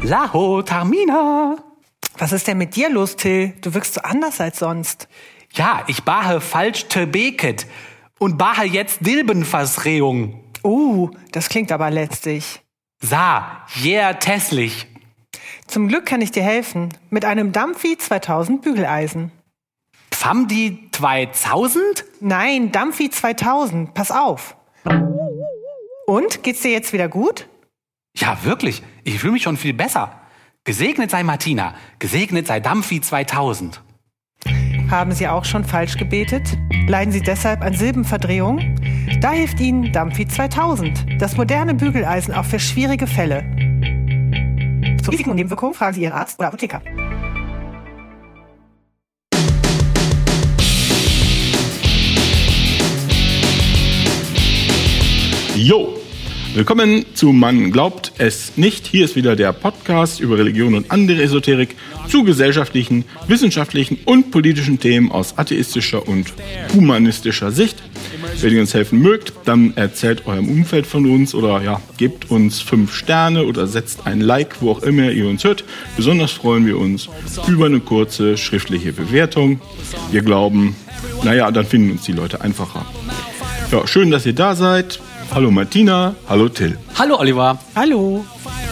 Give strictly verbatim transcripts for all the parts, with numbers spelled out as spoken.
Laho, Tamina. Was ist denn mit dir los, Till? Du wirkst so anders als sonst. Ja, ich bahe falsch Tebeket und bahe jetzt Dilbenversrehung. Uh, das klingt aber lästig. Sa, yeah, tässlich. Zum Glück kann ich dir helfen. Mit einem Dampfi zweitausend Bügeleisen. Pfamdi zweitausend? Nein, Dampfi zweitausend. Pass auf. Und, geht's dir jetzt wieder gut? Ja, wirklich. Ich fühle mich schon viel besser. Gesegnet sei Martina. Gesegnet sei Dampfi zweitausend. Haben Sie auch schon falsch gebetet? Leiden Sie deshalb an Silbenverdrehung? Da hilft Ihnen Dampfi zweitausend, das moderne Bügeleisen auch für schwierige Fälle. Zu Risiken und Nebenwirkungen fragen Sie Ihren Arzt oder Apotheker. Jo, willkommen zu Man glaubt es nicht. Hier ist wieder der Podcast über Religion und andere Esoterik zu gesellschaftlichen, wissenschaftlichen und politischen Themen aus atheistischer und humanistischer Sicht. Wenn ihr uns helfen mögt, dann erzählt eurem Umfeld von uns oder ja, gebt uns fünf Sterne oder setzt ein Like, wo auch immer ihr uns hört. Besonders freuen wir uns über eine kurze schriftliche Bewertung. Wir glauben, naja, dann finden uns die Leute einfacher. Ja, schön, dass ihr da seid. Hallo Martina, hallo Till. Hallo Oliver. Hallo.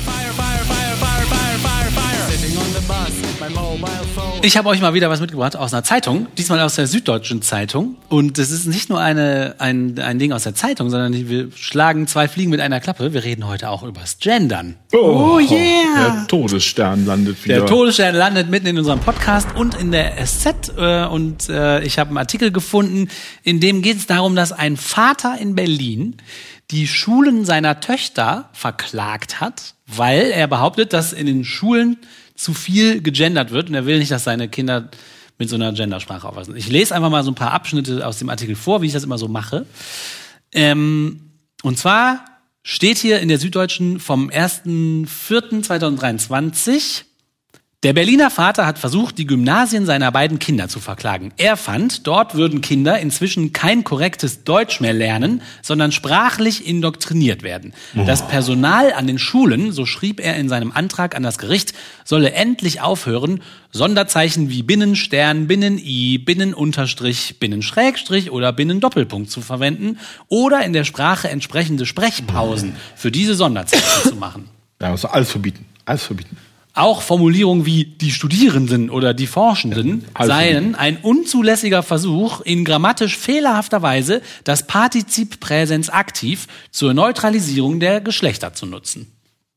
Ich habe euch mal wieder was mitgebracht aus einer Zeitung, diesmal aus der Süddeutschen Zeitung. Und es ist nicht nur eine, ein, ein Ding aus der Zeitung, sondern wir schlagen zwei Fliegen mit einer Klappe. Wir reden heute auch übers Gendern. Oh, oh yeah! Der Todesstern landet wieder. Der Todesstern landet mitten in unserem Podcast und in der S Z. Äh, und äh, ich habe einen Artikel gefunden, in dem geht es darum, dass ein Vater in Berlin die Schulen seiner Töchter verklagt hat, weil er behauptet, dass in den Schulen zu viel gegendert wird und er will nicht, dass seine Kinder mit so einer Gendersprache aufwachsen. Ich lese einfach mal so ein paar Abschnitte aus dem Artikel vor, wie ich das immer so mache. Ähm, und zwar steht hier in der Süddeutschen vom erster vierter zweitausenddreiundzwanzig: Der Berliner Vater hat versucht, die Gymnasien seiner beiden Kinder zu verklagen. Er fand, dort würden Kinder inzwischen kein korrektes Deutsch mehr lernen, sondern sprachlich indoktriniert werden. Oh. Das Personal an den Schulen, so schrieb er in seinem Antrag an das Gericht, solle endlich aufhören, Sonderzeichen wie Binnenstern, Binnen-I, Binnenunterstrich, Binnenschrägstrich oder Binnendoppelpunkt zu verwenden oder in der Sprache entsprechende Sprechpausen für diese Sonderzeichen zu machen. Ja, muss alles verbieten, alles verbieten. Auch Formulierungen wie die Studierenden oder die Forschenden ja, seien ein unzulässiger Versuch, in grammatisch fehlerhafter Weise das Partizip Präsens aktiv zur Neutralisierung der Geschlechter zu nutzen.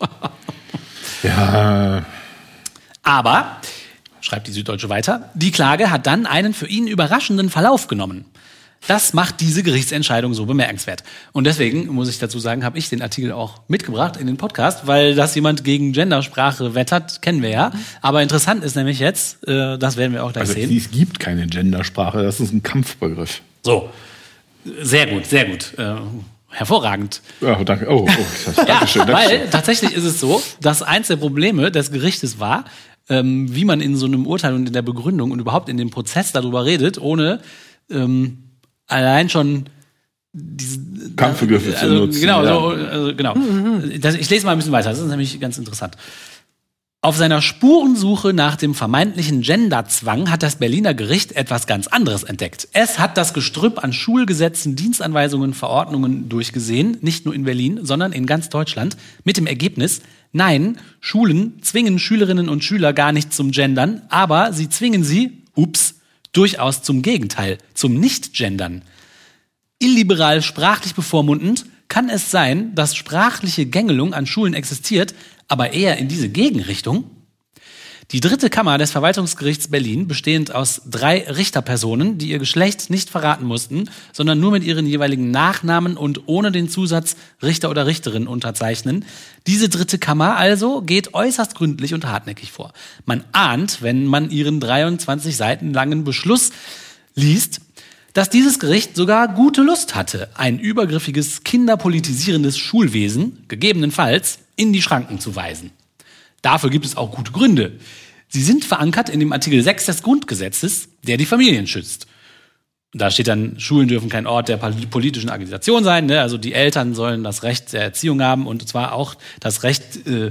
Ja. Aber, schreibt die Süddeutsche weiter, die Klage hat dann einen für ihn überraschenden Verlauf genommen. Das macht diese Gerichtsentscheidung so bemerkenswert. Und deswegen, muss ich dazu sagen, habe ich den Artikel auch mitgebracht in den Podcast, weil dass jemand gegen Gendersprache wettert, kennen wir ja. Aber interessant ist nämlich jetzt, äh, das werden wir auch gleich also, sehen. Es gibt keine Gendersprache, das ist ein Kampfbegriff. So, sehr gut, sehr gut. Äh, hervorragend. Ja, danke. Oh, oh das, ja, danke schön. Weil schön. Tatsächlich ist es so, dass eins der Probleme des Gerichtes war, ähm, wie man in so einem Urteil und in der Begründung und überhaupt in dem Prozess darüber redet, ohne ähm, allein schon diese Kampfbegriffe also, zu nutzen. Genau, ja. so, also, genau. Das, ich lese mal ein bisschen weiter, das ist nämlich ganz interessant. Auf seiner Spurensuche nach dem vermeintlichen Genderzwang hat das Berliner Gericht etwas ganz anderes entdeckt. Es hat das Gestrüpp an Schulgesetzen, Dienstanweisungen, Verordnungen durchgesehen, nicht nur in Berlin, sondern in ganz Deutschland, mit dem Ergebnis: Nein, Schulen zwingen Schülerinnen und Schüler gar nicht zum Gendern, aber sie zwingen sie, ups, durchaus zum Gegenteil, zum Nicht-Gendern. Illiberal sprachlich bevormundend kann es sein, dass sprachliche Gängelung an Schulen existiert, aber eher in diese Gegenrichtung. Die dritte Kammer des Verwaltungsgerichts Berlin, bestehend aus drei Richterpersonen, die ihr Geschlecht nicht verraten mussten, sondern nur mit ihren jeweiligen Nachnamen und ohne den Zusatz Richter oder Richterin unterzeichnen. Diese dritte Kammer also geht äußerst gründlich und hartnäckig vor. Man ahnt, wenn man ihren dreiundzwanzig Seiten langen Beschluss liest, dass dieses Gericht sogar gute Lust hatte, ein übergriffiges, kinderpolitisierendes Schulwesen, gegebenenfalls, in die Schranken zu weisen. Dafür gibt es auch gute Gründe. Sie sind verankert in dem Artikel sechs des Grundgesetzes, der die Familien schützt. Da steht dann, Schulen dürfen kein Ort der politischen Agitation sein, ne? Also die Eltern sollen das Recht der Erziehung haben und zwar auch das Recht äh,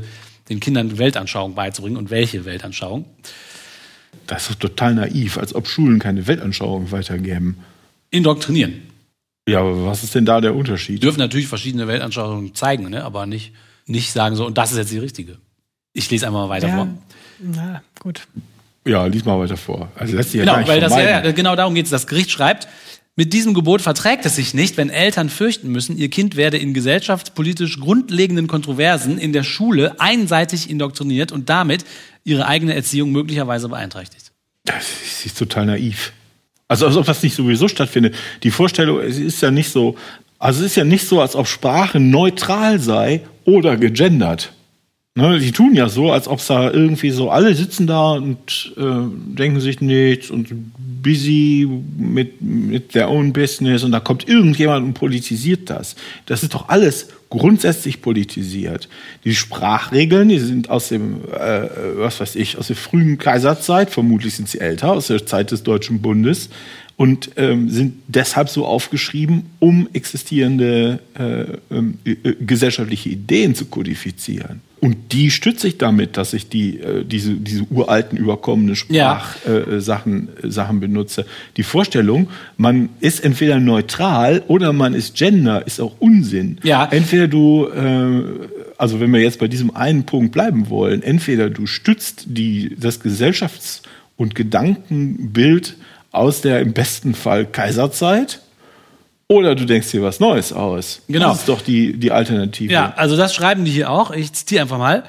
den Kindern Weltanschauung beizubringen und welche Weltanschauung. Das ist doch total naiv, als ob Schulen keine Weltanschauung weitergeben. Indoktrinieren. Ja, aber was ist denn da der Unterschied? Die dürfen natürlich verschiedene Weltanschauungen zeigen, ne? Aber nicht, nicht sagen so, und das ist jetzt die richtige. Ich lese einmal mal weiter Ja, vor. na gut. Ja, lies mal weiter vor. Also lässt sich ja Genau, gar nicht weil das, vermeiden. ja, genau darum geht es. Das Gericht schreibt, mit diesem Gebot verträgt es sich nicht, wenn Eltern fürchten müssen, ihr Kind werde in gesellschaftspolitisch grundlegenden Kontroversen in der Schule einseitig indoktriniert und damit ihre eigene Erziehung möglicherweise beeinträchtigt. Das ist total naiv. Also als ob das nicht sowieso stattfindet. Die Vorstellung, es ist ja nicht so, also es ist ja nicht so, als ob Sprache neutral sei oder gegendert. Ne, die tun ja so, als ob es da irgendwie so, alle sitzen da und äh, denken sich nichts und busy mit, mit their own business und da kommt irgendjemand und politisiert das. Das ist doch alles grundsätzlich politisiert. Die Sprachregeln, die sind aus dem, äh, was weiß ich, aus der frühen Kaiserzeit, vermutlich sind sie älter, aus der Zeit des Deutschen Bundes und ähm, sind deshalb so aufgeschrieben, um existierende äh, äh, gesellschaftliche Ideen zu kodifizieren. Und die stütze ich damit, dass ich die, äh, diese, diese uralten, überkommenen Sprachsachen ja. äh, Sachen benutze. Die Vorstellung, man ist entweder neutral oder man ist Gender, ist auch Unsinn. Ja. Entweder du, äh, also wenn wir jetzt bei diesem einen Punkt bleiben wollen, entweder du stützt die, das Gesellschafts- und Gedankenbild aus der im besten Fall Kaiserzeit, oder du denkst dir was Neues aus. Genau. Das ist doch die, die Alternative. Ja, also das schreiben die hier auch. Ich zitiere einfach mal.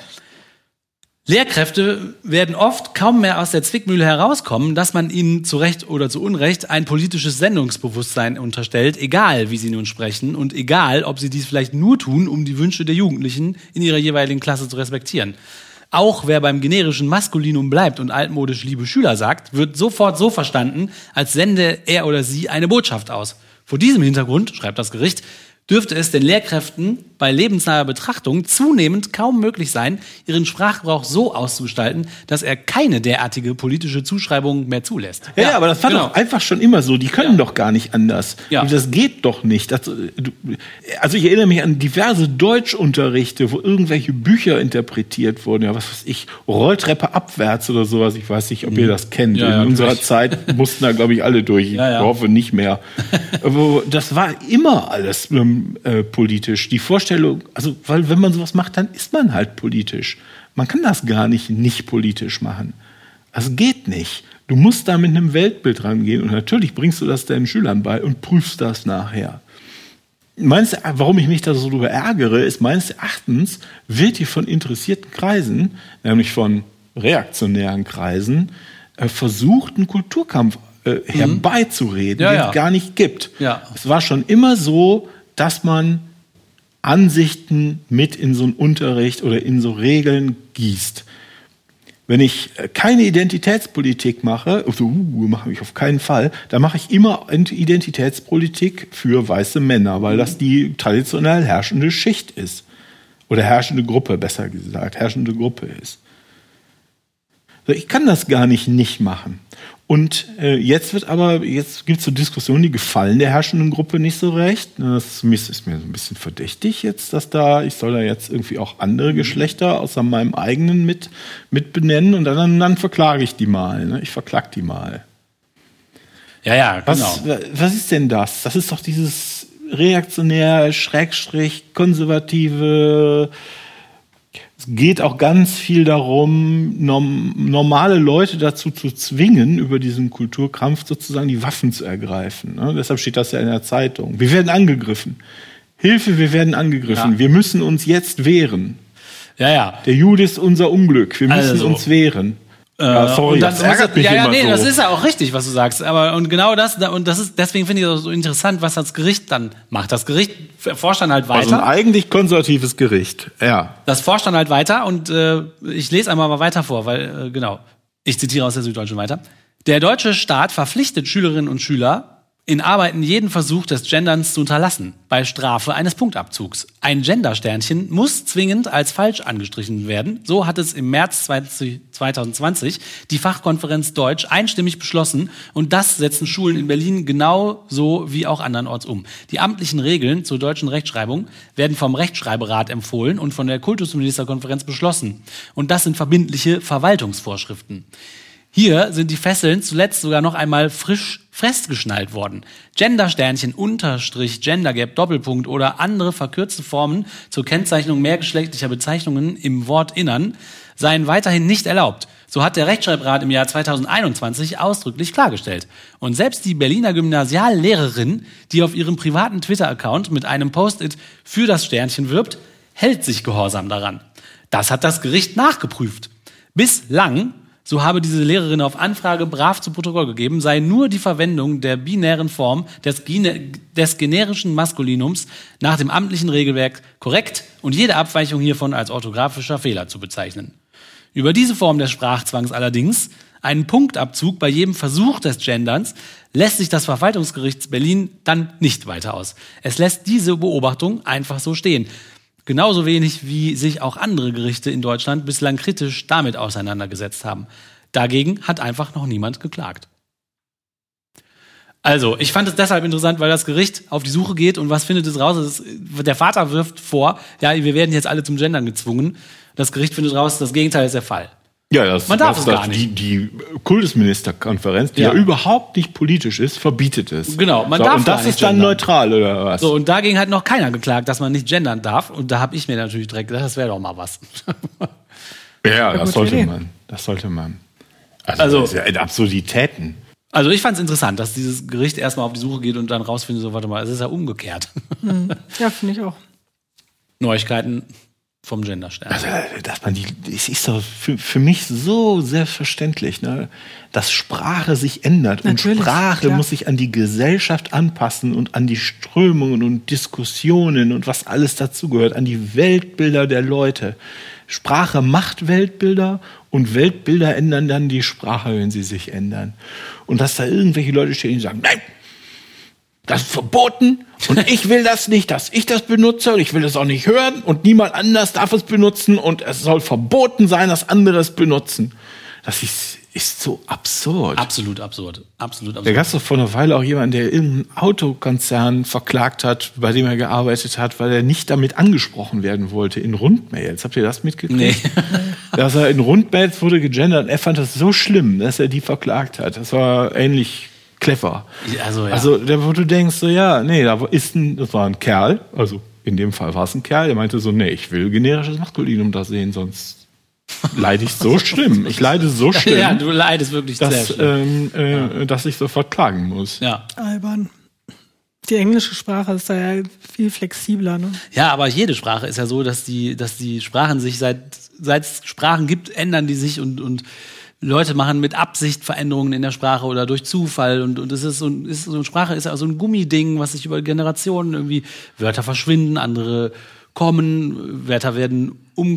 Lehrkräfte werden oft kaum mehr aus der Zwickmühle herauskommen, dass man ihnen zu Recht oder zu Unrecht ein politisches Sendungsbewusstsein unterstellt, egal wie sie nun sprechen und egal, ob sie dies vielleicht nur tun, um die Wünsche der Jugendlichen in ihrer jeweiligen Klasse zu respektieren. Auch wer beim generischen Maskulinum bleibt und altmodisch liebe Schüler sagt, wird sofort so verstanden, als sende er oder sie eine Botschaft aus. Vor diesem Hintergrund, schreibt das Gericht, dürfte es den Lehrkräften bei lebensnaher Betrachtung zunehmend kaum möglich sein, ihren Sprachgebrauch so auszugestalten, dass er keine derartige politische Zuschreibung mehr zulässt. Ja, ja, aber das war genau. doch einfach schon immer so. Die können Ja. doch gar nicht anders. Ja. Und das geht doch nicht. Das, du, also ich erinnere mich an diverse Deutschunterrichte, wo irgendwelche Bücher interpretiert wurden. Ja, was weiß ich, Rolltreppe abwärts oder sowas. Ich weiß nicht, ob ihr das kennt. Ja, ja, In unserer natürlich. Zeit mussten da, glaube ich, alle durch. Ich Ja, ja. hoffe nicht mehr. Aber das war immer alles ähm, äh, politisch. Die Vorstellung, also weil wenn man sowas macht, dann ist man halt politisch. Man kann das gar nicht nicht politisch machen. Das geht nicht. Du musst da mit einem Weltbild rangehen und natürlich bringst du das deinen Schülern bei und prüfst das nachher. Meines, warum ich mich da so drüber ärgere, ist meines Erachtens wird hier von interessierten Kreisen, nämlich von reaktionären Kreisen, äh, versucht, einen Kulturkampf äh, herbeizureden, Ja, den ja. es gar nicht gibt. Ja. Es war schon immer so, dass man Ansichten mit in so einen Unterricht oder in so Regeln gießt. Wenn ich keine Identitätspolitik mache, also, uh, mache ich auf keinen Fall, dann mache ich immer Identitätspolitik für weiße Männer, weil das die traditionell herrschende Schicht ist. Oder herrschende Gruppe, besser gesagt, herrschende Gruppe ist. Ich kann das gar nicht nicht machen. Und äh, jetzt wird aber, jetzt gibt es so Diskussionen, die gefallen der herrschenden Gruppe nicht so recht. Das ist mir so ein bisschen verdächtig jetzt, dass da, ich soll da jetzt irgendwie auch andere Geschlechter außer meinem eigenen mit, mit benennen und dann, dann verklage ich die mal. Ne? Ich verklag die mal. Ja, ja, genau. Was, was ist denn das? Das ist doch dieses reaktionär, schrägstrich, konservative. Es geht auch ganz viel darum, norm, normale Leute dazu zu zwingen, über diesen Kulturkampf sozusagen die Waffen zu ergreifen. Ne? Deshalb steht das ja in der Zeitung. Wir werden angegriffen. Hilfe, wir werden angegriffen. Ja. Wir müssen uns jetzt wehren. Ja, ja. Der Jude ist unser Unglück. Wir müssen Also. uns wehren. Äh, Ja, sorry, und dann, das ärgert mich ja, ja, immer nee, so. das ist ja auch richtig, was du sagst. Aber und genau das, und das ist, deswegen finde ich das so interessant, was das Gericht dann macht. Das Gericht forscht dann halt weiter. Also ein eigentlich konservatives Gericht. Ja. Das forscht dann halt weiter und äh, ich lese einmal mal weiter vor, weil, äh, genau, ich zitiere aus der Süddeutschen weiter. Der deutsche Staat verpflichtet Schülerinnen und Schüler, in Arbeiten jeden Versuch des Genderns zu unterlassen, bei Strafe eines Punktabzugs. Ein Gender-Sternchen muss zwingend als falsch angestrichen werden. So hat es im März zwanzig zwanzig die Fachkonferenz Deutsch einstimmig beschlossen und das setzen Schulen in Berlin genauso wie auch andernorts um. Die amtlichen Regeln zur deutschen Rechtschreibung werden vom Rechtschreiberat empfohlen und von der Kultusministerkonferenz beschlossen. Und das sind verbindliche Verwaltungsvorschriften. Hier sind die Fesseln zuletzt sogar noch einmal frisch festgeschnallt worden. Gendersternchen, Unterstrich, Gendergap, Doppelpunkt oder andere verkürzte Formen zur Kennzeichnung mehrgeschlechtlicher Bezeichnungen im Wortinnern seien weiterhin nicht erlaubt. So hat der Rechtschreibrat im Jahr zweitausendeinundzwanzig ausdrücklich klargestellt. Und selbst die Berliner Gymnasiallehrerin, die auf ihrem privaten Twitter-Account mit einem Post-it für das Sternchen wirbt, hält sich gehorsam daran. Das hat das Gericht nachgeprüft. Bislang, so habe diese Lehrerin auf Anfrage brav zu Protokoll gegeben, sei nur die Verwendung der binären Form des, gene- des generischen Maskulinums nach dem amtlichen Regelwerk korrekt und jede Abweichung hiervon als orthografischer Fehler zu bezeichnen. Über diese Form des Sprachzwangs allerdings, einen Punktabzug bei jedem Versuch des Genderns, lässt sich das Verwaltungsgericht Berlin dann nicht weiter aus. Es lässt diese Beobachtung einfach so stehen. Genauso wenig, wie sich auch andere Gerichte in Deutschland bislang kritisch damit auseinandergesetzt haben. Dagegen hat einfach noch niemand geklagt. Also, ich fand es deshalb interessant, weil das Gericht auf die Suche geht und was findet es raus? Es ist, der Vater wirft vor, ja, wir werden jetzt alle zum Gendern gezwungen. Das Gericht findet raus, das Gegenteil ist der Fall. Ja, das, Man darf das, es das, gar nicht. Die, die Kultusministerkonferenz, die ja. Ja. überhaupt nicht politisch ist, verbietet es. Genau, man so, darf und gar das nicht ist dann gendern. neutral, oder was? So, und dagegen hat noch keiner geklagt, dass man nicht gendern darf. Und da habe ich mir natürlich direkt gedacht, das wäre doch mal was. ja, das gute sollte Idee. man. Das sollte man. Also, Also- das ist ja in Absurditäten. Also ich fand es interessant, dass dieses Gericht erstmal auf die Suche geht und dann rausfindet, so warte mal, es ist ja umgekehrt. Ja, finde ich auch. Neuigkeiten vom Genderstern. Also, dass man die, es ist doch für, für mich so selbstverständlich, ne, dass Sprache sich ändert. Natürlich, und Sprache klar. muss sich an die Gesellschaft anpassen und an die Strömungen und Diskussionen und was alles dazugehört, an die Weltbilder der Leute. Sprache macht Weltbilder und Weltbilder ändern dann die Sprache, wenn sie sich ändern. Und dass da irgendwelche Leute stehen, die sagen, nein, das ist verboten und ich will das nicht, dass ich das benutze und ich will das auch nicht hören und niemand anders darf es benutzen und es soll verboten sein, dass andere es benutzen. Das ist, ist so absurd. Absolut absurd. Absolut Da absurd. gab es doch vor einer Weile auch jemanden, der irgendeinen Autokonzern verklagt hat, bei dem er gearbeitet hat, weil er nicht damit angesprochen werden wollte in Rundmails. Habt ihr das mitgekriegt? Nee. Dass er in Rundmails wurde gegendert und er fand das so schlimm, dass er die verklagt hat. Das war ähnlich clever. Also, ja. Also, da, wo du denkst, so, ja, nee, da ist ein, das war ein Kerl, also in dem Fall war es ein Kerl, der meinte so, nee, ich will generisches Maskulinum da sehen, sonst leide ich so schlimm. Ich leide so schlimm, ja, du leidest wirklich sehr dass, schlimm. ähm, äh, dass ich sofort klagen muss. Ja. Albern. Die englische Sprache ist da ja viel flexibler, ne? ja, aber jede Sprache ist ja so, dass die, dass die Sprachen sich, seit, seit es Sprachen gibt, ändern die sich und, und Leute machen mit Absicht Veränderungen in der Sprache oder durch Zufall und, und es ist so, ein- ist so eine Sprache ist ja so ein Gummiding, was sich über Generationen irgendwie, Wörter verschwinden, andere kommen, Wörter werden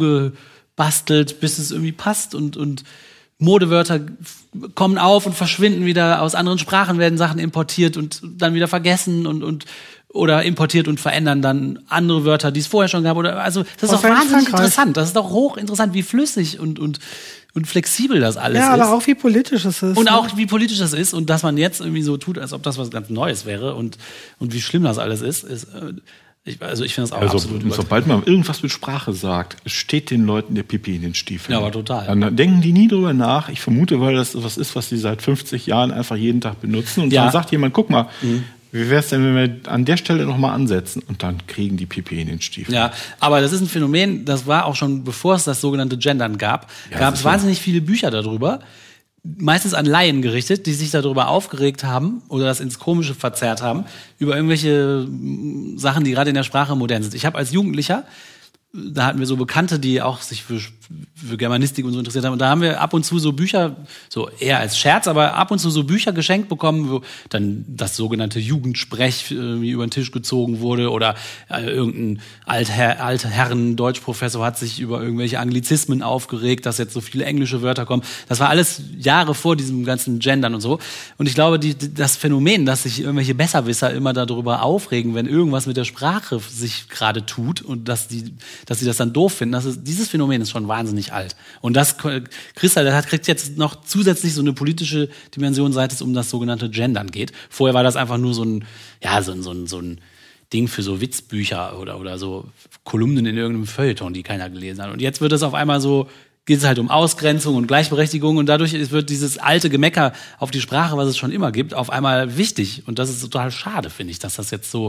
umgebastelt, bis es irgendwie passt und, und Modewörter kommen auf und verschwinden wieder, aus anderen Sprachen werden Sachen importiert und dann wieder vergessen und, und oder importiert und verändern dann andere Wörter, die es vorher schon gab. Oder also das ist Was doch war in wahnsinnig Frankreich? interessant. Das ist doch hochinteressant, wie flüssig und, und, und flexibel das alles Ja, ist. aber auch wie politisch es ist. Und ne? auch wie politisch das ist und dass man jetzt irgendwie so tut, als ob das was ganz Neues wäre und, und wie schlimm das alles ist. ist äh, ich, also ich finde das auch Also, absolut übertrieben. sobald man irgendwas mit Sprache sagt, steht den Leuten der Pipi in den Stiefeln. Ja, aber total. Dann denken die nie drüber nach. Ich vermute, weil das was ist, was die seit fünfzig Jahren einfach jeden Tag benutzen. Und Ja. dann sagt jemand, guck mal, wie wäre es denn, wenn wir an der Stelle nochmal ansetzen? Und dann kriegen die Pipi in den Stiefeln. Ja, aber das ist ein Phänomen, das war auch schon, bevor es das sogenannte Gendern gab, Ja, gab das es ist so. wahnsinnig viele Bücher darüber, meistens an Laien gerichtet, die sich darüber aufgeregt haben oder das ins Komische verzerrt haben, über irgendwelche mm, Sachen, die gerade in der Sprache modern sind. Ich habe als Jugendlicher, da hatten wir so Bekannte, die auch sich für für Germanistik und so interessiert haben. Und da haben wir ab und zu so Bücher, so eher als Scherz, aber ab und zu so Bücher geschenkt bekommen, wo dann das sogenannte Jugendsprech äh, über den Tisch gezogen wurde oder äh, irgendein Alther- Altherren-Deutschprofessor hat sich über irgendwelche Anglizismen aufgeregt, dass jetzt so viele englische Wörter kommen. Das war alles Jahre vor diesem ganzen Gendern und so. Und ich glaube, die, das Phänomen, dass sich irgendwelche Besserwisser immer darüber aufregen, wenn irgendwas mit der Sprache sich gerade tut und dass die, dass sie das dann doof finden, das ist, dieses Phänomen ist schon wahnsinnig alt. Und das, Christa, der hat, kriegt jetzt noch zusätzlich so eine politische Dimension, seit es um das sogenannte Gendern geht. Vorher war das einfach nur so ein, ja, so ein, so ein, so ein Ding für so Witzbücher oder, oder so Kolumnen in irgendeinem Feuilleton, die keiner gelesen hat. Und jetzt wird es auf einmal so, geht es halt um Ausgrenzung und Gleichberechtigung und dadurch wird dieses alte Gemecker auf die Sprache, was es schon immer gibt, auf einmal wichtig. Und das ist total schade, finde ich, dass das jetzt so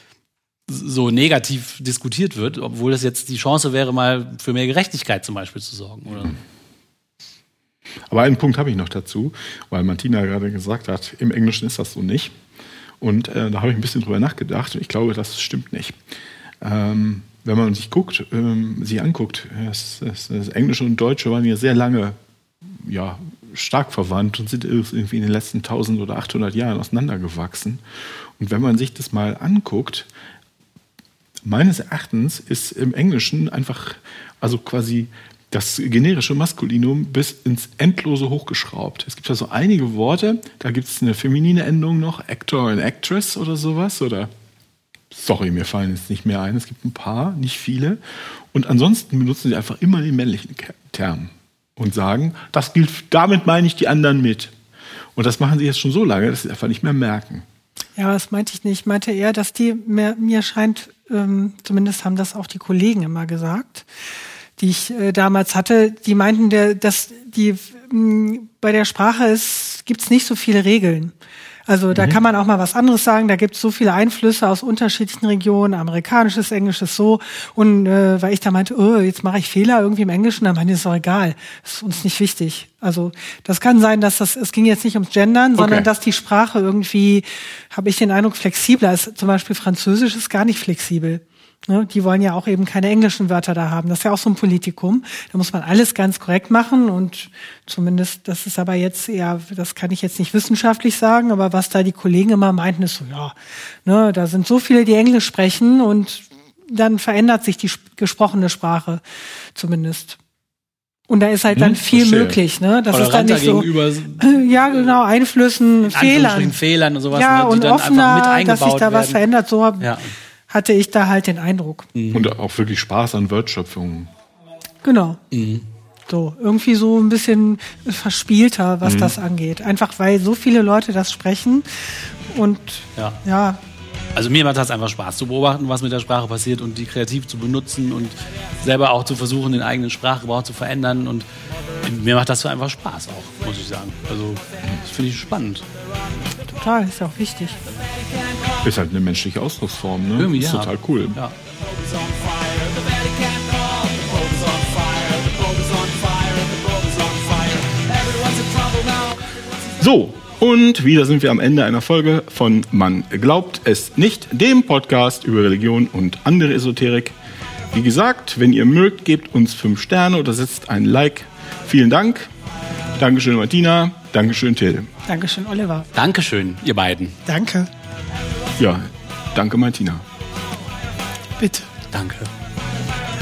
so negativ diskutiert wird, obwohl das jetzt die Chance wäre, mal für mehr Gerechtigkeit zum Beispiel zu sorgen, oder? Aber einen Punkt habe ich noch dazu, weil Martina gerade gesagt hat, im Englischen ist das so nicht. Und äh, da habe ich ein bisschen drüber nachgedacht und ich glaube, das stimmt nicht. Ähm, wenn man sich guckt, ähm, sich anguckt, das, das, das Englische und Deutsche waren ja sehr lange ja, stark verwandt und sind irgendwie in den letzten tausend oder achthundert Jahren auseinandergewachsen. Und wenn man sich das mal anguckt, meines Erachtens ist im Englischen einfach, also quasi das generische Maskulinum bis ins Endlose hochgeschraubt. Es gibt ja so einige Worte, da gibt es eine feminine Endung noch, Actor und Actress oder sowas, oder, sorry, mir fallen jetzt nicht mehr ein, es gibt ein paar, nicht viele. Und ansonsten benutzen sie einfach immer den männlichen Term und sagen, das gilt, damit meine ich die anderen mit. Und das machen sie jetzt schon so lange, dass sie einfach nicht mehr merken. Ja, das meinte ich nicht. Ich meinte eher, dass die, mir, mir scheint, ähm, zumindest haben das auch die Kollegen immer gesagt, die ich äh, damals hatte, die meinten, der, dass die mh, bei der Sprache ist, gibt's nicht so viele Regeln. Also da mhm. kann man auch mal was anderes sagen. Da gibt es so viele Einflüsse aus unterschiedlichen Regionen, amerikanisches, englisches so. Und äh, weil ich da meinte, oh, jetzt mache ich Fehler irgendwie im Englischen, dann meinte ich, ist doch egal. Das ist uns nicht wichtig. Also das kann sein, dass das, es ging jetzt nicht ums Gendern, okay. sondern dass die Sprache irgendwie, habe ich den Eindruck, flexibler ist. Zum Beispiel Französisch ist gar nicht flexibel. Ne, die wollen ja auch eben keine englischen Wörter da haben. Das ist ja auch so ein Politikum. Da muss man alles ganz korrekt machen und zumindest, das ist aber jetzt eher, das kann ich jetzt nicht wissenschaftlich sagen, aber was da die Kollegen immer meinten, ist so, ja, ne, da sind so viele, die Englisch sprechen und dann verändert sich die gesprochene Sprache zumindest. Und da ist halt dann hm, viel verstehe. möglich, ne? Das ist dann nicht so, ja, genau, Einflüssen, Fehlern. Fehlern und sowas, ja, ne, die und dann offener, einfach mit eingebaut dass sich da werden. was verändert, so ja. hatte ich da halt den Eindruck. Mhm. Und auch wirklich Spaß an Wortschöpfungen. Genau. Mhm. So, irgendwie so ein bisschen verspielter, was mhm. das angeht. Einfach, weil so viele Leute das sprechen und ja. ja. Also mir macht das einfach Spaß, zu beobachten, was mit der Sprache passiert und die kreativ zu benutzen und selber auch zu versuchen, den eigenen Sprachgebrauch zu verändern. Und mir macht das einfach Spaß auch, muss ich sagen. Also das finde ich spannend. Total, ist ja auch wichtig. Ist halt eine menschliche Ausdrucksform, ne? Irgendwie, ist ja. total cool. Ja. So, und wieder sind wir am Ende einer Folge von Man glaubt es nicht, dem Podcast über Religion und andere Esoterik. Wie gesagt, wenn ihr mögt, gebt uns fünf Sterne oder setzt ein Like. Vielen Dank. Dankeschön, Martina. Dankeschön, Till. Dankeschön, Oliver. Dankeschön, ihr beiden. Danke. Ja, danke, Martina. Bitte. Danke.